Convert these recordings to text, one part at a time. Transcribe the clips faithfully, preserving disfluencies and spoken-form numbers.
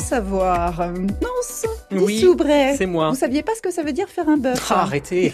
savoir. Nance, Oui, Dissoubret. c'est moi. Vous saviez pas ce que ça veut dire faire un bœuf? Ah, arrêtez.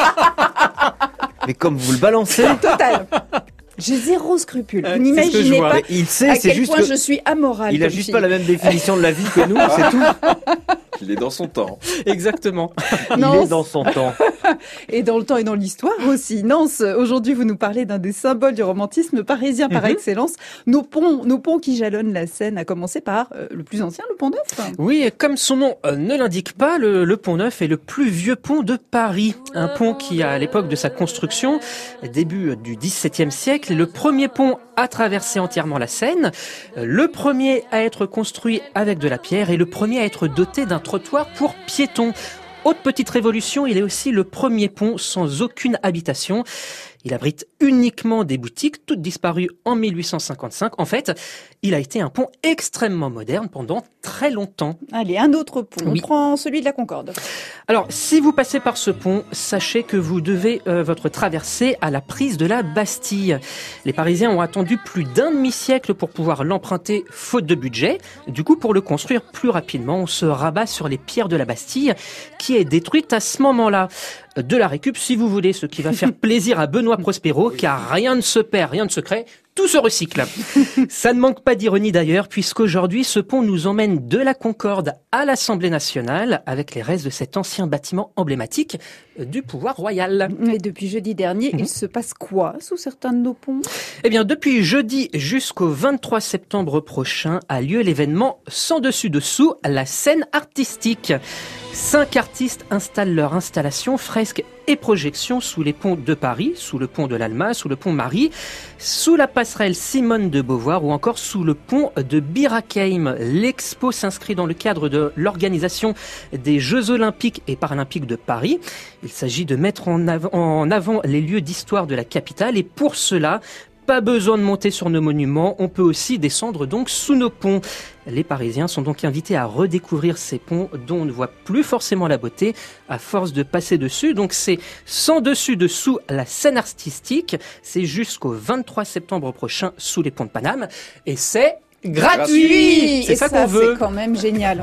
Mais comme vous le balancez, Total. J'ai zéro scrupule. Euh, Vous c'est ce que je n'imaginez vois. pas mais il sait, à c'est quel juste point que je suis amorale. il a comme juste fille. pas la même définition de la vie que nous, c'est tout. Il est dans son temps. Exactement. Il Nance. est dans son temps. Et dans le temps et dans l'histoire aussi. Nance, aujourd'hui, vous nous parlez d'un des symboles du romantisme parisien par Mhm. excellence. Nos ponts, nos ponts qui jalonnent la Seine, à commencer par euh, le plus ancien, le Pont Neuf. Oui, et comme son nom euh, ne l'indique pas, le, le Pont Neuf est le plus vieux pont de Paris. Un pont qui, à l'époque de sa construction, début du dix-septième siècle, est le premier pont à traverser entièrement la Seine, euh, le premier à être construit avec de la pierre et le premier à être doté d'un trottoir pour piétons. Autre petite révolution, il est aussi le premier pont sans aucune habitation. Il abrite uniquement des boutiques, toutes disparues en mille huit cent cinquante-cinq. En fait, il a été un pont extrêmement moderne pendant très longtemps. Allez, un autre pont. Oui. On prend celui de la Concorde. Alors, si vous passez par ce pont, sachez que vous devez euh, votre traversée à la prise de la Bastille. Les Parisiens ont attendu plus d'un demi-siècle pour pouvoir l'emprunter, faute de budget. Du coup, pour le construire plus rapidement, on se rabat sur les pierres de la Bastille, qui est détruite à ce moment-là. De la récup, si vous voulez, ce qui va faire plaisir à Benoît Prospero, car rien ne se perd, rien ne se crée, tout se recycle. Ça ne manque pas d'ironie d'ailleurs, puisqu'aujourd'hui, ce pont nous emmène de la Concorde à l'Assemblée nationale, avec les restes de cet ancien bâtiment emblématique du pouvoir royal. Et depuis jeudi dernier, Mhm. il se passe quoi sous certains de nos ponts? Eh bien, depuis jeudi jusqu'au vingt-trois septembre prochain a lieu l'événement Sans dessus dessous, la scène artistique. Cinq artistes installent leur installation, fresques et projections sous les ponts de Paris, sous le pont de l'Alma, sous le pont Marie, sous la passerelle Simone de Beauvoir ou encore sous le pont de Bir Hakeim. L'expo s'inscrit dans le cadre de l'organisation des Jeux Olympiques et Paralympiques de Paris. Il s'agit de mettre en avant, en avant les lieux d'histoire de la capitale et pour cela, pas besoin de monter sur nos monuments, on peut aussi descendre donc sous nos ponts. Les Parisiens sont donc invités à redécouvrir ces ponts dont on ne voit plus forcément la beauté à force de passer dessus. Donc c'est sans dessus dessous la scène artistique. C'est jusqu'au vingt-trois septembre prochain sous les ponts de Paname et c'est gratuit. Et C'est ça qu'on veut. C'est quand même génial.